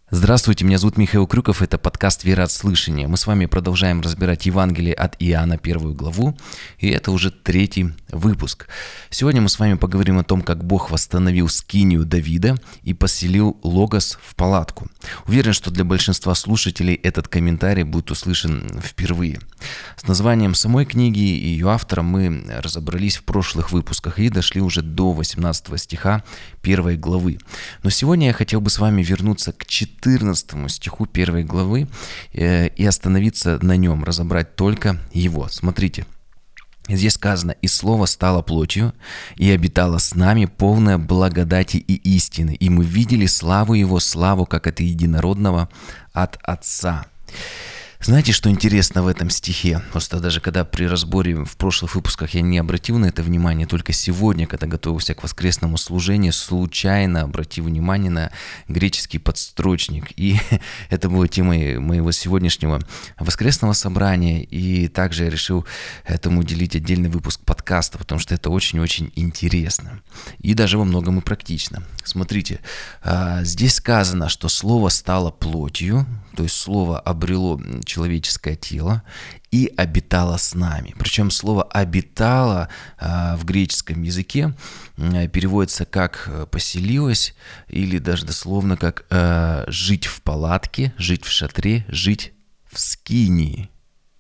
Здравствуйте, меня зовут Михаил Крюков, это подкаст «Вера от слышания». Мы с вами продолжаем разбирать Евангелие от Иоанна, 1 главу, и это уже 3-й выпуск. Сегодня мы с вами поговорим о том, как Бог восстановил скинию Давида и поселил Логос в палатку. Уверен, что для большинства слушателей этот комментарий будет услышан впервые. С названием самой книги и ее автором мы разобрались в прошлых выпусках и дошли уже до 18 стиха 1 главы. Но сегодня я хотел бы с вами вернуться к 14 стиху 1 главы и остановиться на нем, разобрать только его. Смотрите, здесь сказано: «И Слово стало плотью, и обитало с нами, полное благодати и истины, и мы видели славу Его, славу, как от единородного от Отца». Знаете, что интересно в этом стихе? Просто даже когда при разборе в прошлых выпусках я не обратил на это внимание, только сегодня, когда готовился к воскресному служению, случайно обратил внимание на греческий подстрочник. И это была темой моего сегодняшнего воскресного собрания. И также я решил этому уделить отдельный выпуск подкаста, потому что это очень-очень интересно. И даже во многом и практично. Смотрите, здесь сказано, что Слово стало плотью, то есть Слово обрело человеческое тело и обитало с нами. Причем слово «обитало» в греческом языке переводится как «поселилось» или даже дословно как «жить в палатке», «жить в шатре», «жить в скинии».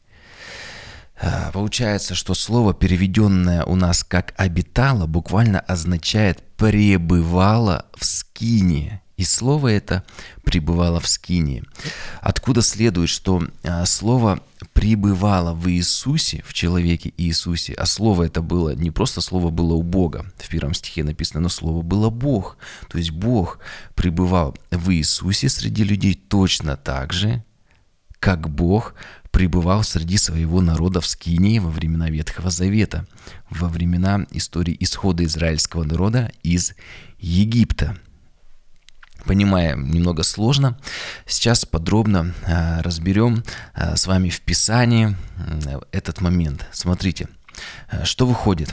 Получается, что слово, переведенное у нас как «обитало», буквально означает «пребывало в скинии». И слово это «пребывало в скинии». Откуда следует, что слово «пребывало в Иисусе», в человеке Иисусе, а слово это было, не просто слово было у Бога, в 1 стихе написано, но слово было Бог. То есть Бог пребывал в Иисусе среди людей точно так же, как Бог пребывал среди своего народа в скинии во времена Ветхого Завета, во времена истории исхода израильского народа из Египта. Понимаем, немного сложно. Сейчас подробно разберем с вами в Писании этот момент. Смотрите, что выходит.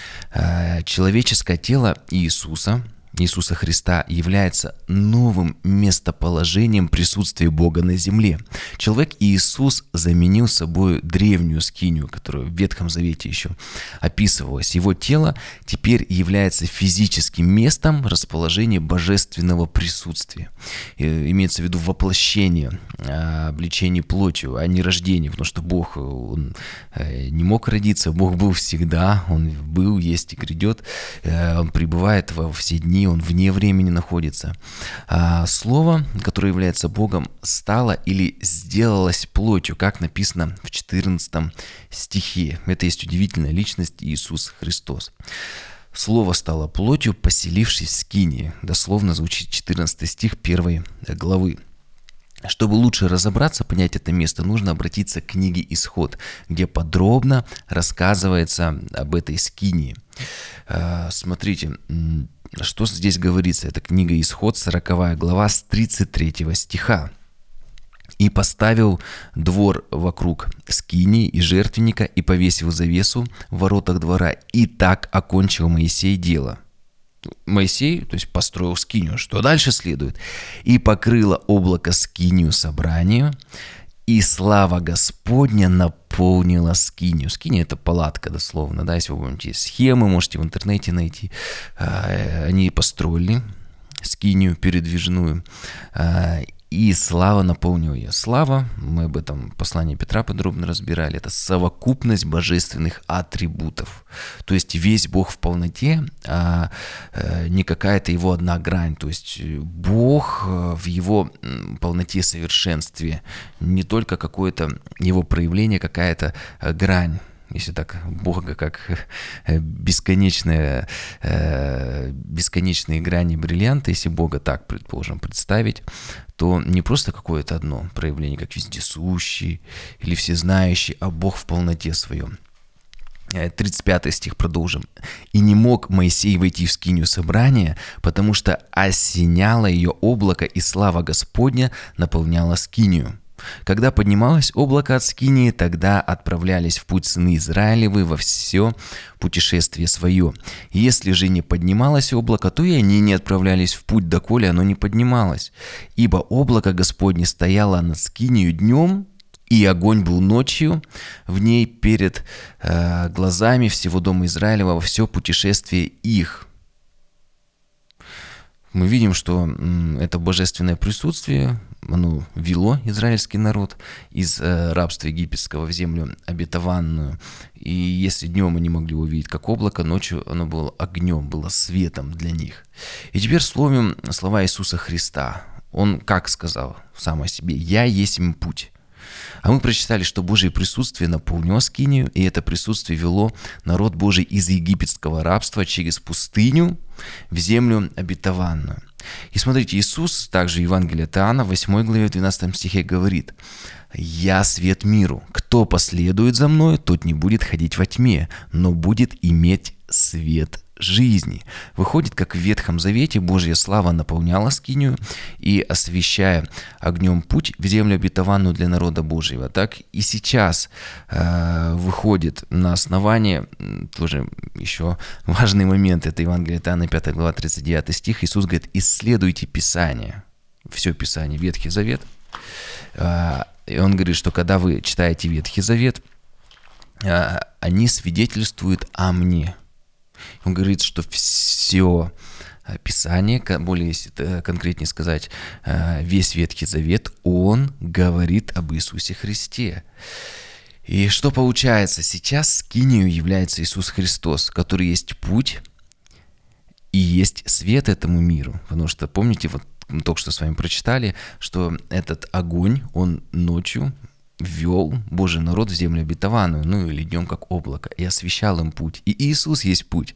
Человеческое тело Иисуса Христа является новым местоположением присутствия Бога на земле. Человек Иисус заменил собой древнюю скинию, которая в Ветхом Завете еще описывалась. Его тело теперь является физическим местом расположения божественного присутствия. Имеется в виду воплощение, обличение плотью, а не рождение, потому что Бог, Он не мог родиться, Бог был всегда, Он был, есть и грядет, Он пребывает во все дни, Он вне времени находится. Слово, которое является Богом, стало или сделалось плотью, как написано в 14 стихе. Это есть удивительная личность Иисус Христос. Слово стало плотью, поселившись в скинии. Дословно звучит 14 стих 1 главы. Чтобы лучше разобраться, понять это место, нужно обратиться к книге «Исход», где подробно рассказывается об этой скинии. Смотрите, что здесь говорится. Это книга «Исход», 40 глава, с 33 стиха. «И поставил двор вокруг скинии и жертвенника, и повесил завесу в воротах двора, и так окончил Моисей дело». Моисей, то есть построил скинию. Что дальше следует? «И покрыло облако скинию собранию, и слава Господня наполнила скинию». Скиния — это палатка, дословно, да, если вы помните схемы, можете в интернете найти. Они построили скинию передвижную, и слава наполнила ее. Слава, мы об этом в послании Петра подробно разбирали, это совокупность божественных атрибутов. То есть весь Бог в полноте, а не какая-то его одна грань. То есть Бог в его полноте, совершенстве, не только какое-то его проявление, какая-то грань. Если так, Бога как бесконечные грани бриллианта, если Бога так, предположим, представить, то не просто какое-то одно проявление, как вездесущий или всезнающий, а Бог в полноте своем. 35 стих продолжим. «И не мог Моисей войти в скинию собрания, потому что осеняло ее облако, и слава Господня наполняла скинию». Когда поднималось облако от скинии, тогда отправлялись в путь сыны Израилевы во все путешествие свое. Если же не поднималось облако, то и они не отправлялись в путь, доколе оно не поднималось. Ибо облако Господне стояло над скинию днем, и огонь был ночью в ней перед глазами всего дома Израилева во все путешествие их. Мы видим, что это божественное присутствие, оно вело израильский народ из рабства египетского в землю обетованную. И если днем они могли увидеть как облако, ночью оно было огнем, было светом для них. И теперь словим слова Иисуса Христа. Он как сказал сам о себе: «Я есть путь». А мы прочитали, что Божье присутствие наполнило скинию, и это присутствие вело народ Божий из египетского рабства через пустыню в землю обетованную. И смотрите, Иисус также в Евангелии от Иоанна, в 8 главе, в 12 стихе говорит: «Я свет миру. Кто последует за Мною, тот не будет ходить во тьме, но будет иметь свет жизни». Выходит, как в Ветхом Завете Божья слава наполняла скинию и, освещая огнем путь в землю обетованную для народа Божьего, так и сейчас выходит на основании, тоже еще важный момент, это Евангелие от Иоанна, 5 глава, 39 стих, Иисус говорит: «Исследуйте Писание». Все Писание, Ветхий Завет. И Он говорит, что когда вы читаете Ветхий Завет, они свидетельствуют о Мне. Он говорит, что все Писание, более конкретнее сказать, весь Ветхий Завет, он говорит об Иисусе Христе. И что получается? Сейчас скинию является Иисус Христос, который есть путь и есть свет этому миру. Потому что, помните, вот мы только что с вами прочитали, что этот огонь, он ночью ввел Божий народ в землю обетованную, ну или днем как облако, и освещал им путь. И Иисус есть путь.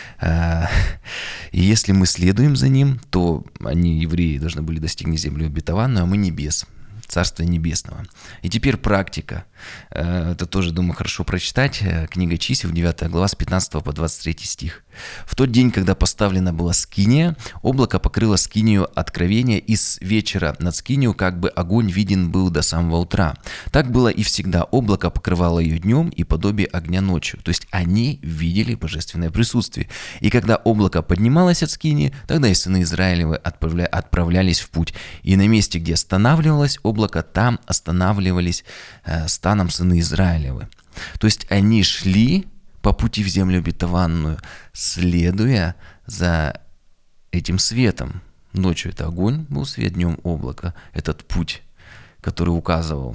И если мы следуем за Ним, то они, евреи, должны были достигнуть землю обетованную, а мы небес, Царства Небесного. И теперь практика. Это тоже, думаю, хорошо прочитать. Книга Чисел, 9 глава, с 15 по 23 стих. «В тот день, когда поставлена была скиния, облако покрыло скинию откровения, и с вечера над скинию как бы огонь виден был до самого утра. Так было и всегда. Облако покрывало ее днем и подобие огня ночью». То есть они видели божественное присутствие. И когда облако поднималось от скинии, тогда и сыны Израилевы отправлялись в путь. И на месте, где останавливалось облако, там останавливались станом сыны Израилевы. То есть они шли по пути в землю обетованную, следуя за этим светом. Ночью это огонь был свет, днем облако. Этот путь, который указывал,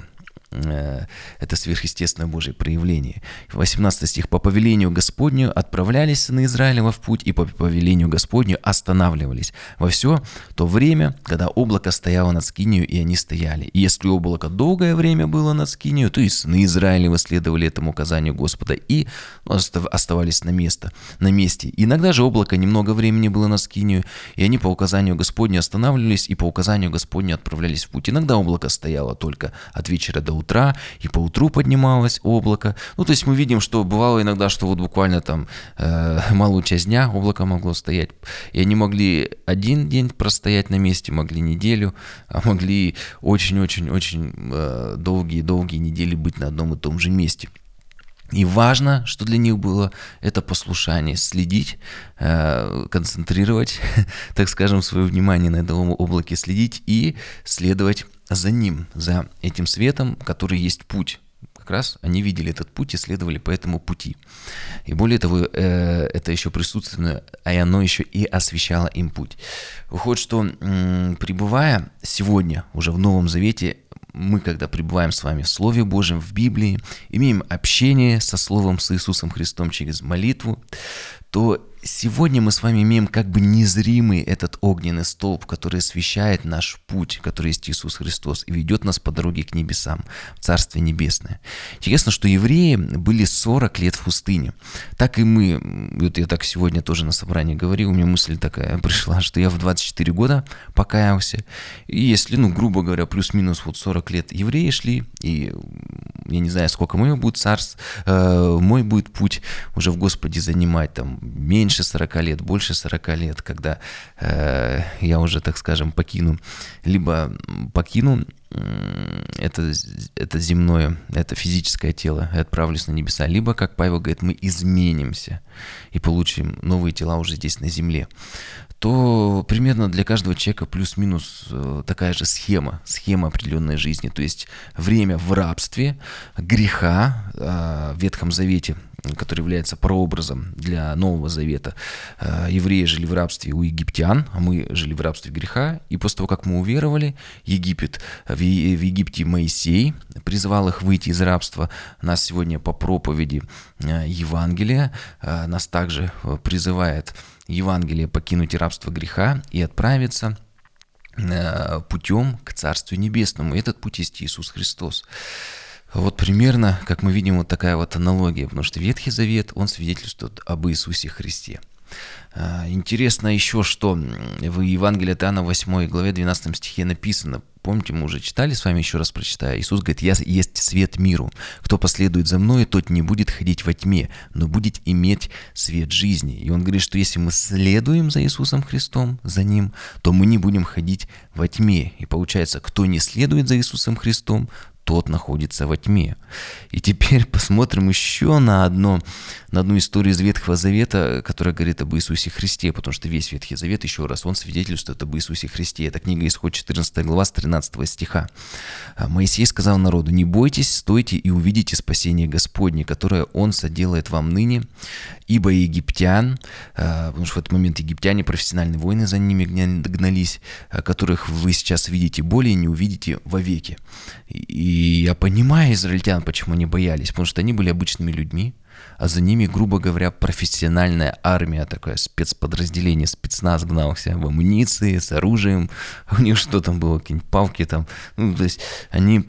это сверхъестественное Божье проявление. 18 стих. «По повелению Господню отправлялись сыны Израилева в путь, и по повелению Господню останавливались во все то время, когда облако стояло над скинию, и они стояли. И если облако долгое время было над скинию, то и сыны Израилева следовали этому указанию Господа и оставались на месте. Иногда же облако немного времени было над скинию, и они по указанию Господню останавливались, и по указанию Господню отправлялись в путь. Иногда облако стояло только от вечера до утра, и по утру поднималось облако. Ну, то есть мы видим, что бывало иногда, что вот буквально там малую часть дня облако могло стоять. И они могли один день простоять на месте, могли неделю, а могли очень-очень-очень долгие недели быть на одном и том же месте. И важно, что для них было, это послушание, следить, концентрировать, так скажем, свое внимание на этом облаке, следить и следовать за ним, за этим светом, который есть путь. Как раз они видели этот путь и следовали по этому пути. И более того, это еще присутственно, а оно еще и освещало им путь. Выходит, что пребывая сегодня уже в Новом Завете, мы, когда пребываем с вами в Слове Божьем, в Библии, имеем общение со Словом, с Иисусом Христом через молитву, то сегодня мы с вами имеем как бы незримый этот огненный столб, который освещает наш путь, который есть Иисус Христос, и ведет нас по дороге к небесам, в Царствие Небесное. Интересно, что евреи были 40 лет в пустыне. Так и мы, вот я так сегодня тоже на собрании говорил, у меня мысль такая пришла, что я в 24 года покаялся, и если, грубо говоря, плюс-минус вот 40 лет евреи шли, и я не знаю, сколько мой будет путь уже в Господе занимать, там, меньше 40 лет, больше 40 лет, когда я уже, так скажем, покину это земное, это физическое тело, и отправлюсь на небеса. Либо, как Павел говорит, мы изменимся и получим новые тела уже здесь на земле. То примерно для каждого человека плюс-минус такая же схема определенной жизни. То есть время в рабстве, греха в Ветхом Завете, который является прообразом для Нового Завета. Евреи жили в рабстве у египтян, а мы жили в рабстве греха. И после того, как мы уверовали, в Египте Моисей призывал их выйти из рабства. Нас сегодня по проповеди Евангелия нас также призывает Евангелие покинуть рабство греха и отправиться путем к Царству Небесному. Этот путь есть Иисус Христос. Вот примерно, как мы видим, вот такая вот аналогия, потому что Ветхий Завет, он свидетельствует об Иисусе Христе. Интересно еще, что в Евангелии от Иоанна 8 главе 12 стихе написано, помните, мы уже читали с вами, еще раз прочитаю, Иисус говорит: «Я есть свет миру, кто последует за мной, тот не будет ходить во тьме, но будет иметь свет жизни». И он говорит, что если мы следуем за Иисусом Христом, за Ним, то мы не будем ходить во тьме. И получается, кто не следует за Иисусом Христом, тот находится во тьме. И теперь посмотрим еще на одну историю из Ветхого Завета, которая говорит об Иисусе Христе, потому что весь Ветхий Завет, еще раз, он свидетельствует об Иисусе Христе. Это книга Исход 14 глава с 13 стиха. «Моисей сказал народу: не бойтесь, стойте и увидите спасение Господне, которое Он соделает вам ныне, ибо египтян», потому что в этот момент египтяне, профессиональные воины за ними гнались, которых вы сейчас видите, более не увидите вовеки. И я понимаю израильтян, почему они боялись, потому что они были обычными людьми, а за ними, грубо говоря, профессиональная армия, такое спецподразделение, спецназ гнался в амуниции, с оружием, у них что там было, какие-нибудь палки там, то есть они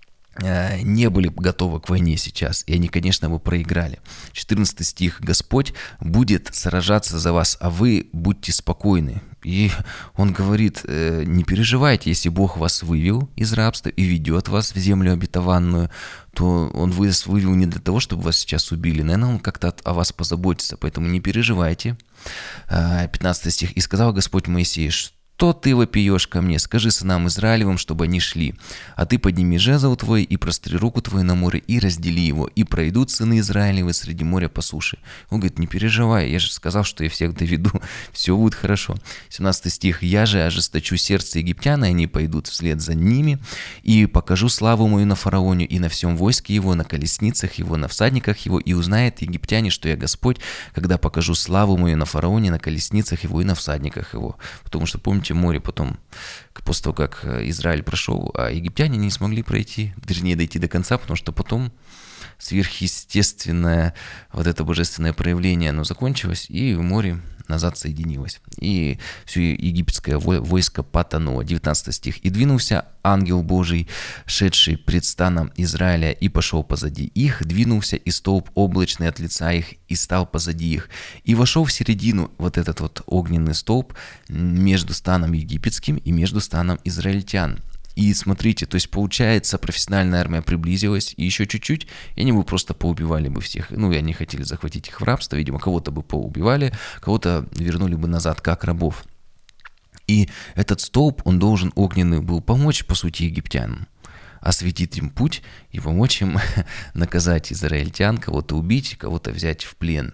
не были готовы к войне сейчас, и они, конечно, бы проиграли. 14 стих: «Господь будет сражаться за вас, а вы будьте спокойны». И он говорит: не переживайте, если Бог вас вывел из рабства и ведет вас в землю обетованную, то Он вас вывел не для того, чтобы вас сейчас убили. Наверное, Он как-то о вас позаботится, поэтому не переживайте. 15 стих: «И сказал Господь Моисею: что ты вопиешь ко мне? Скажи сынам Израилевым, чтобы они шли. А ты подними жезл твой и простри руку твою на море и раздели его, и пройдут сыны Израилевы среди моря по суше». Он говорит: не переживай, я же сказал, что я всех доведу, все будет хорошо. 17 стих: «Я же ожесточу сердце египтян, и они пойдут вслед за ними, и покажу славу мою на фараоне и на всем войске его, на колесницах его, на всадниках его, и узнает египтяне, что я Господь, когда покажу славу мою на фараоне, на колесницах его и на всадниках его». Потому что, помните, море потом, после того, как Израиль прошел, а египтяне не смогли пройти, вернее, дойти до конца, потому что потом сверхъестественное вот это божественное проявление, оно закончилось, и в море назад соединилось. И все египетское войско потонуло. 19 стих. «И двинулся ангел Божий, шедший пред станом Израиля, и пошел позади их, двинулся и столб облачный от лица их, и стал позади их. И вошел в середину вот этот вот огненный столб между станом египетским и между станом израильтян». И смотрите, то есть получается, профессиональная армия приблизилась, и еще чуть-чуть, и они бы просто поубивали бы всех. Ну, и они хотели захватить их в рабство, видимо, кого-то бы поубивали, кого-то вернули бы назад как рабов. И этот столб, он должен огненный был помочь, по сути, египтянам, осветить им путь и помочь им наказать израильтян, кого-то убить, кого-то взять в плен.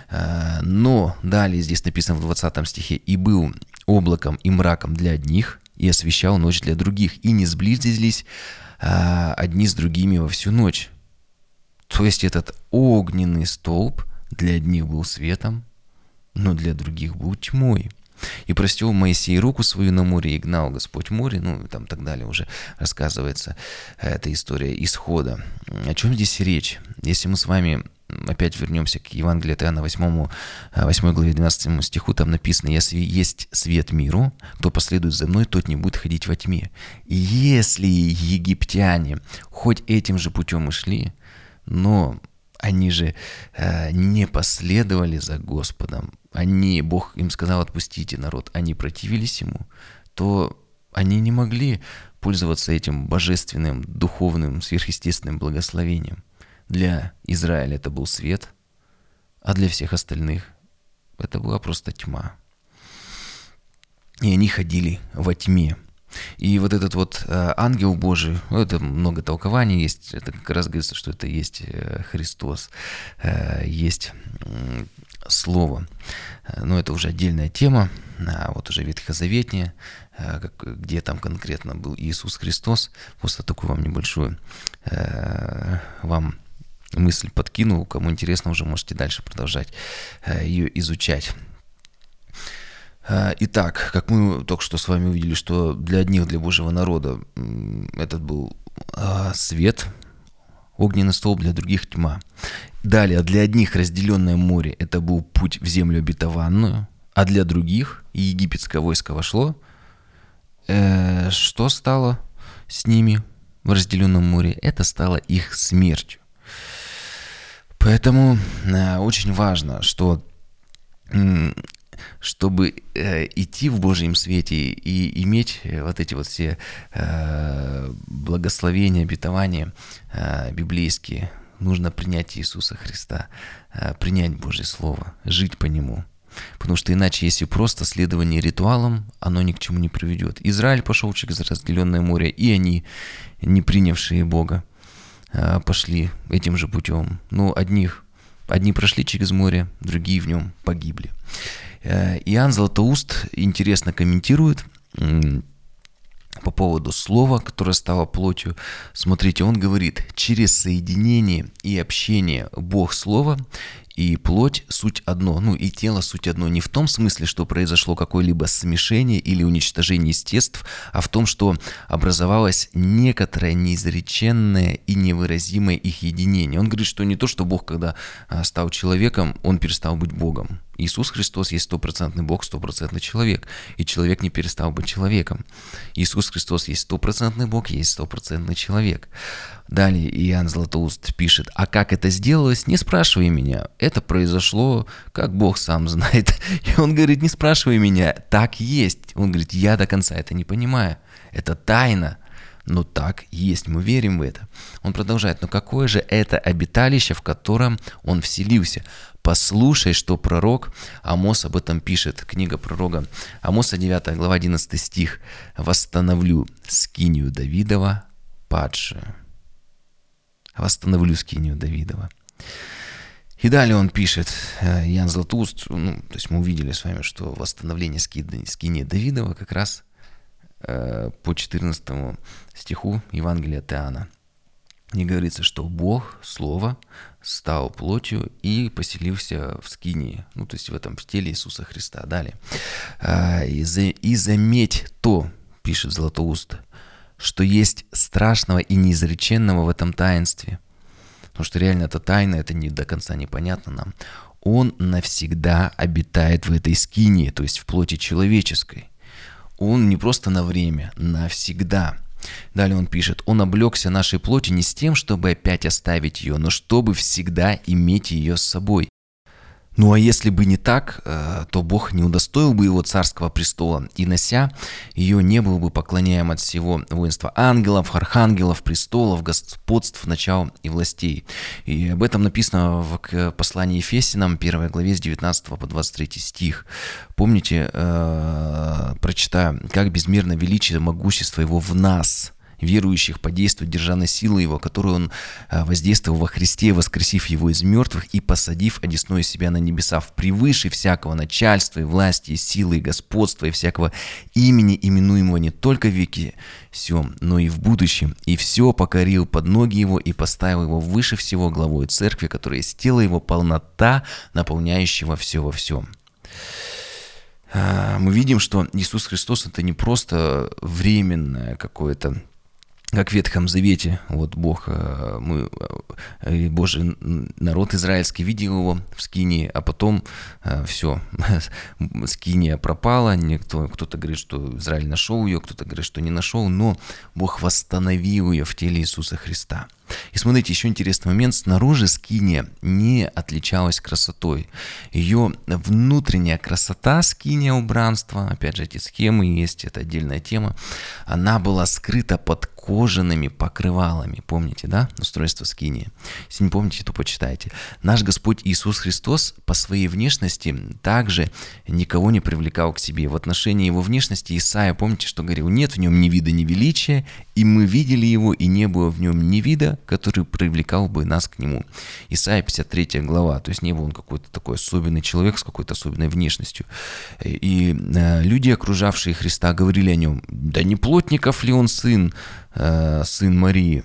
Но далее здесь написано в 20 стихе: «И был облаком и мраком для одних, и освещал ночь для других, и не сблизились одни с другими во всю ночь». То есть этот огненный столб для одних был светом, но для других был тьмой. «И простел Моисей руку свою на море, и гнал Господь море». Ну, там так далее уже рассказывается эта история исхода. О чем здесь речь? Если мы с вами опять вернемся к Евангелию от Иоанна 8 главе 12 стиху, там написано: «Я есть свет миру, кто последует за мной, тот не будет ходить во тьме». И если египтяне хоть этим же путем и шли, но они же не последовали за Господом, Бог им сказал: отпустите народ, они противились ему, то они не могли пользоваться этим божественным, духовным, сверхъестественным благословением. Для Израиля это был свет, а для всех остальных это была просто тьма. И они ходили во тьме. И вот этот вот ангел Божий, ну, это много толкований есть, это как раз говорится, что это есть Христос, есть Слово. Но это уже отдельная тема, вот уже ветхозаветнее, где там конкретно был Иисус Христос. Просто такую вам небольшую вам мысль подкинул. Кому интересно, уже можете дальше продолжать ее изучать. Итак, как мы только что с вами увидели, что для одних, для Божьего народа этот был свет, огненный столб, для других тьма. Далее, для одних разделенное море – это был путь в землю обетованную, а для других, и египетское войско вошло, что стало с ними в разделенном море? Это стало их смертью. Поэтому очень важно, что чтобы идти в Божьем свете и иметь вот эти вот все благословения, обетования библейские, нужно принять Иисуса Христа, принять Божье Слово, жить по Нему. Потому что иначе, если просто следование ритуалам, оно ни к чему не приведет. Израиль пошел через разделенное море, и они, не принявшие Бога, пошли этим же путем. Но одни прошли через море, другие в нем погибли. Иоанн Златоуст интересно комментирует по поводу слова, которое стало плотью. Смотрите, он говорит: через соединение и общение Бог-Слово и плоть суть одно, ну и тело суть одно. Не в том смысле, что произошло какое-либо смешение или уничтожение естеств, а в том, что образовалось некоторое неизреченное и невыразимое их единение. Он говорит, что не то, что Бог, когда стал человеком, он перестал быть Богом. Иисус Христос есть стопроцентный Бог, стопроцентный человек, и человек не перестал быть человеком. Иисус Христос есть стопроцентный Бог, есть стопроцентный человек. Далее Иоанн Златоуст пишет: а как это сделалось, не спрашивай меня, это произошло, как Бог сам знает. И он говорит: не спрашивай меня, так есть. Он говорит: я до конца это не понимаю, это тайна. Но так есть, мы верим в это. Он продолжает: но какое же это обиталище, в котором он вселился? Послушай, что пророк Амос об этом пишет. Книга пророка Амоса, 9 глава, 11 стих. «Восстановлю скинию Давидова, падшую». Восстановлю скинию Давидова. И далее он пишет, Иоанн Златоуст, то есть мы увидели с вами, что восстановление скинии Давидова как раз по 14 стиху Евангелия от Иоанна. И говорится, что Бог, Слово, стал плотью и поселился в скинии, то есть в теле Иисуса Христа. Далее. «И заметь то, — пишет Златоуст, — что есть страшного и неизреченного в этом таинстве». Потому что реально это тайна, это не до конца непонятно нам. Он навсегда обитает в этой скинии, то есть в плоти человеческой. Он не просто на время, навсегда. Далее он пишет: «Он облегся нашей плоти не с тем, чтобы опять оставить ее, но чтобы всегда иметь ее с собой». Ну а если бы не так, то Бог не удостоил бы его царского престола, и, нося ее, не был бы поклоняем от всего воинства ангелов, архангелов, престолов, господств, начал и властей. И об этом написано в послании Ефесянам, 1 главе, с 19 по 23 стих. Помните, прочитаю: «Как безмерно величие могущества его в нас, верующих, подействует державной силой его, которую он воздействовал во Христе, воскресив его из мертвых и посадив одесную себя на небеса превыше всякого начальства и власти, и силы, и господства, и всякого имени, именуемого не только в веке сем, но и в будущем, и все покорил под ноги его и поставил его выше всего главой церкви, которая есть тело его, полнота, наполняющего все во всем». Мы видим, что Иисус Христос — это не просто временное какое-то, как в Ветхом Завете, Бог, Божий народ израильский видел его в скинии, а потом все, скиния пропала, кто-то говорит, что Израиль нашел ее, кто-то говорит, что не нашел, но Бог восстановил ее в теле Иисуса Христа. И смотрите, еще интересный момент. Снаружи скиния не отличалась красотой. Ее внутренняя красота скиния убранства, опять же, эти схемы есть, это отдельная тема, она была скрыта под кожаными покрывалами. Помните, да? Устройство скинии. Если не помните, то почитайте. Наш Господь Иисус Христос по своей внешности также никого не привлекал к себе. В отношении его внешности Исаия, помните, что говорил? Нет в нем ни вида, ни величия, и мы видели его, и не было в нем ни вида, который привлекал бы нас к нему. Исаия 53 глава. То есть не был он какой-то такой особенный человек с какой-то особенной внешностью. И люди, окружавшие Христа, говорили о нем: да не плотников ли он сын Марии?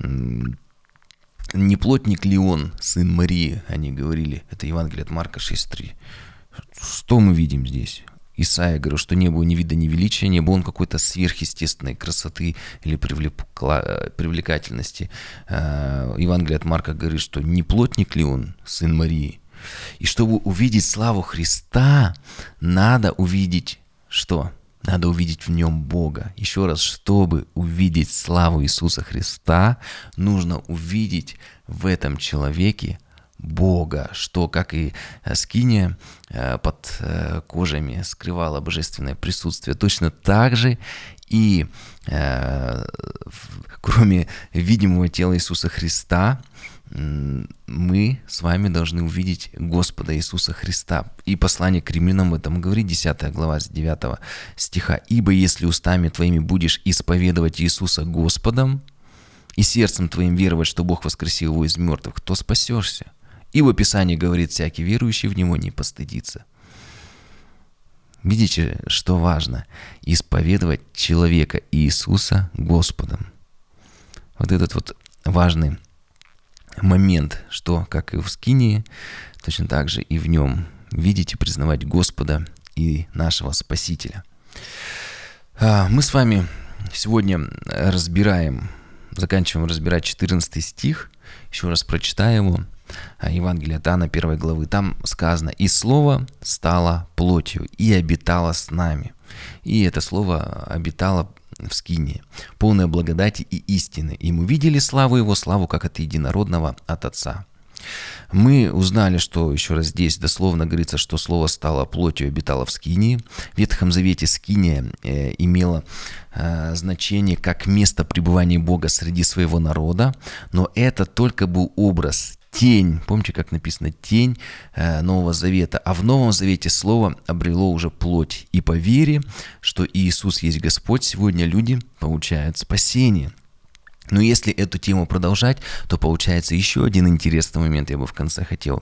Не плотник ли он, сын Марии? Они говорили. Это Евангелие от Марка 6:3. Что мы видим здесь? Исаия говорил, что не было ни вида, ни величия, не было он какой-то сверхъестественной красоты или привлекательности. Евангелие от Марка говорит, что не плотник ли он, сын Марии? И чтобы увидеть славу Христа, надо увидеть что? Надо увидеть в нем Бога. Еще раз, чтобы увидеть славу Иисуса Христа, нужно увидеть в этом человеке Бога, что, как и скиния под кожами скрывала божественное присутствие, точно так же и кроме видимого тела Иисуса Христа, мы с вами должны увидеть Господа Иисуса Христа. И послание к римлянам в этом говорит, 10 глава с 9 стиха. «Ибо если устами твоими будешь исповедовать Иисуса Господом и сердцем твоим веровать, что Бог воскресил его из мертвых, то спасешься. Ибо Писание говорит, всякий верующий в него не постыдится». Видите, что важно? Исповедовать человека Иисуса Господом. Вот этот вот важный момент, что, как и в скинии, точно так же и в нем видеть и признавать Господа и нашего Спасителя. Мы с вами сегодня заканчиваем разбирать 14 стих. Еще раз прочитаем его. Евангелие от Иоанна 1 главы. Там сказано: «И Слово стало плотью и обитало с нами». И это Слово обитало в скинии, полное благодати и истины. И мы видели славу Его, славу как от единородного от Отца. Мы узнали, что, еще раз здесь дословно говорится, что Слово стало плотью и обитало в скинии. В Ветхом Завете скиния имела значение как место пребывания Бога среди своего народа, но это только был образ, тень, помните, как написано, тень Нового Завета, а в Новом Завете Слово обрело уже плоть. И по вере, что Иисус есть Господь, сегодня люди получают спасение. Но если эту тему продолжать, то получается еще один интересный момент, я бы в конце хотел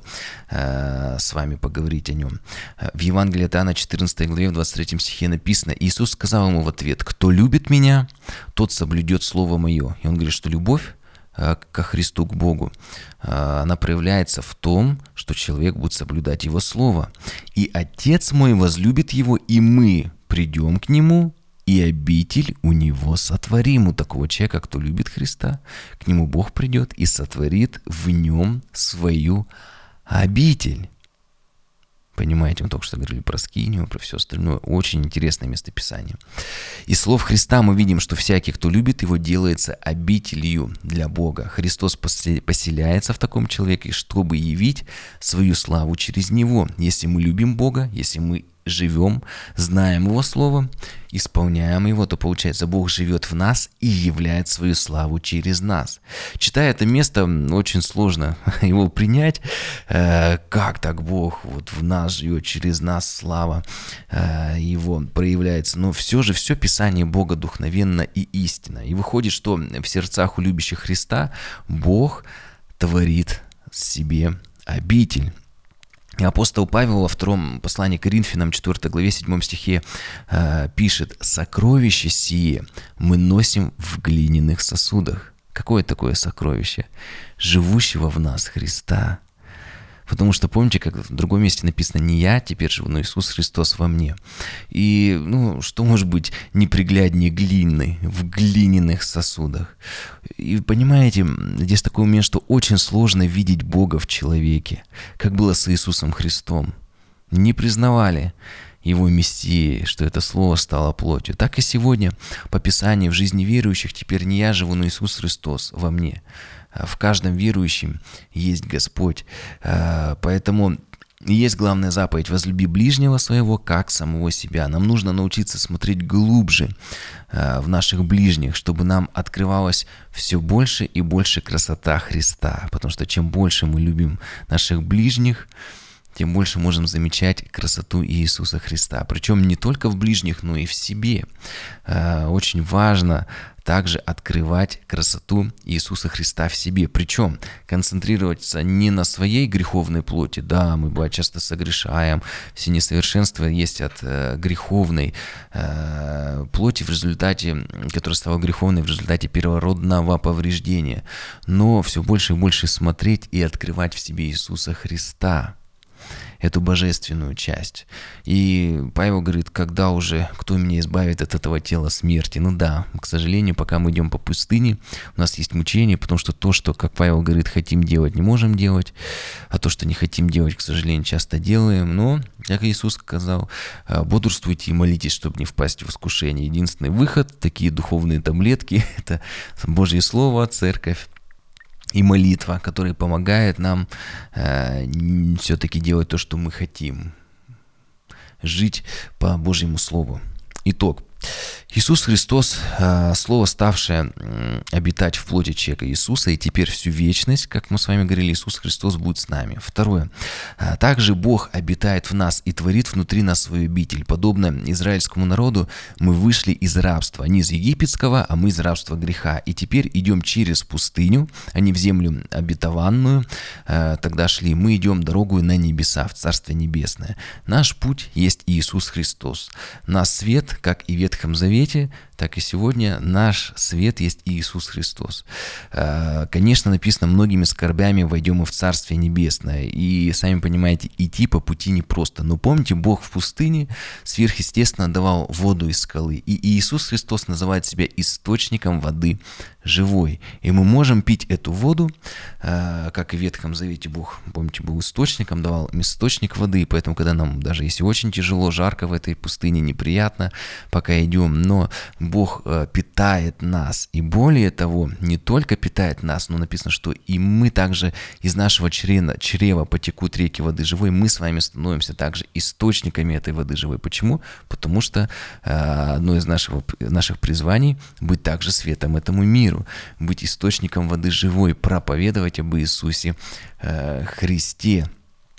с вами поговорить о нем. В Евангелии от Иоанна 14 главе в 23 стихе написано: «Иисус сказал ему в ответ: кто любит меня, тот соблюдет Слово Мое». И он говорит, что любовь ко Христу, к Богу, она проявляется в том, что человек будет соблюдать Его Слово. «И Отец мой возлюбит Его, и мы придем к Нему, и обитель у Него сотворим». У такого человека, кто любит Христа, к Нему Бог придет и сотворит в Нем свою обитель. Понимаете, мы только что говорили про скинию, про все остальное. Очень интересное местописание. Из слов Христа мы видим, что всякий, кто любит Его, делается обителью для Бога. Христос поселяется в таком человеке, чтобы явить свою славу через Него. Если мы любим Бога, если мы живем, знаем Его Слово, исполняем его, то получается, Бог живет в нас и являет свою славу через нас. Читая это место, очень сложно его принять. Как так Бог вот в нас живет, через нас слава Его проявляется. Но все же все Писание Бога духовенно и истинно. И выходит, что в сердцах у любящих Христа Бог творит себе обитель. И апостол Павел во втором послании к Коринфянам, 4 главе, 7 стихе пишет: «Сокровище сие мы носим в глиняных сосудах». Какое такое сокровище? Живущего в нас Христа. Потому что помните, как в другом месте написано: «Не я теперь живу, но Иисус Христос во мне». И что может быть непригляднее глины в глиняных сосудах? И понимаете, здесь такой момент, что очень сложно видеть Бога в человеке, как было с Иисусом Христом. Не признавали Его Мессией, что это Слово стало плотью. Так и сегодня по Писанию в жизни верующих теперь не я живу, но Иисус Христос во мне. В каждом верующем есть Господь. Поэтому есть главная заповедь: возлюби ближнего своего, как самого себя. Нам нужно научиться смотреть глубже в наших ближних, чтобы нам открывалась все больше и больше красота Христа. Потому что чем больше мы любим наших ближних, тем больше можем замечать красоту Иисуса Христа. Причем не только в ближних, но и в себе. Очень важно также открывать красоту Иисуса Христа в себе. Причем концентрироваться не на своей греховной плоти. Да, мы бывает часто согрешаем, все несовершенства есть от греховной плоти, в результате, которая стала греховной в результате первородного повреждения. Но все больше и больше смотреть и открывать в себе Иисуса Христа, эту божественную часть. И Павел говорит: когда уже, кто меня избавит от этого тела смерти? Ну да, к сожалению, пока мы идем по пустыне, у нас есть мучения, потому что то, что, как Павел говорит, хотим делать, не можем делать, а то, что не хотим делать, к сожалению, часто делаем. Но, как Иисус сказал, бодрствуйте и молитесь, чтобы не впасть в искушение. Единственный выход, такие духовные таблетки, это Божье Слово, церковь и молитва, которая помогает нам все-таки делать то, что мы хотим. Жить по Божьему Слову. Итог. Иисус Христос, Слово, ставшее обитать в плоти человека Иисуса, и теперь всю вечность, как мы с вами говорили, Иисус Христос будет с нами. Второе. Также Бог обитает в нас и творит внутри нас свою обитель. Подобно израильскому народу, мы вышли из рабства, не из египетского, а мы из рабства греха. И теперь идем через пустыню, а не в землю обетованную. Тогда шли, мы идем дорогу на небеса, в Царствие Небесное. Наш путь есть Иисус Христос. Наш свет, как и в Ветхом Завете, так и сегодня наш свет есть Иисус Христос. Конечно, написано: многими скорбями войдем мы в Царствие Небесное. И, сами понимаете, идти по пути непросто. Но помните, Бог в пустыне сверхъестественно давал воду из скалы. И Иисус Христос называет себя источником воды живой. И мы можем пить эту воду, как и в Ветхом Завете Бог, помните, был источником, давал источник воды. И поэтому, когда нам, даже если очень тяжело, жарко в этой пустыне, неприятно, пока идем, но Бог питает нас. И более того, не только питает нас, но написано, что и мы также из нашего чрева потекут реки воды живой. Мы с вами становимся также источниками этой воды живой. Почему? Потому что одно из наших призваний — быть также светом этому миру, быть источником воды живой, проповедовать об Иисусе Христе.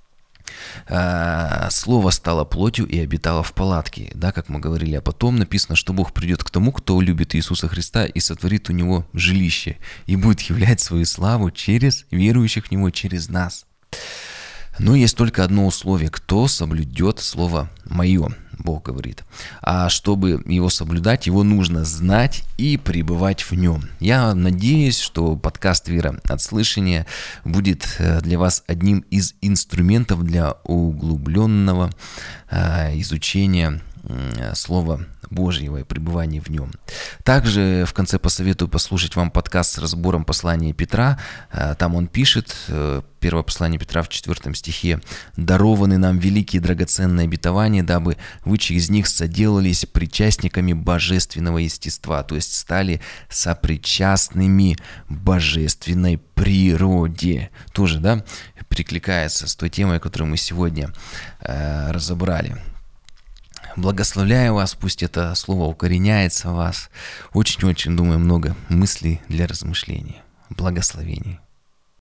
Слово стало плотью и обитало в палатке, да, как мы говорили. А потом написано, что Бог придет к тому, кто любит Иисуса Христа, и сотворит у него жилище, и будет являть свою славу через верующих в Него, через нас. Но есть только одно условие: кто соблюдет Слово Мое, Бог говорит. А чтобы его соблюдать, его нужно знать и пребывать в нем. Я надеюсь, что подкаст «Вера от слышания» будет для вас одним из инструментов для углубленного изучения Слова Божьего и пребывания в нем. Также в конце посоветую послушать вам подкаст с разбором послания Петра. Там он пишет, первое послание Петра в 4 стихе: «Дарованы нам великие драгоценные обетования, дабы вы через них соделались причастниками божественного естества», то есть стали сопричастными божественной природе. Тоже, да, прикликается с той темой, которую мы сегодня разобрали. Благословляю вас, пусть это слово укореняется в вас. Очень-очень, думаю, много мыслей для размышления. Благословений.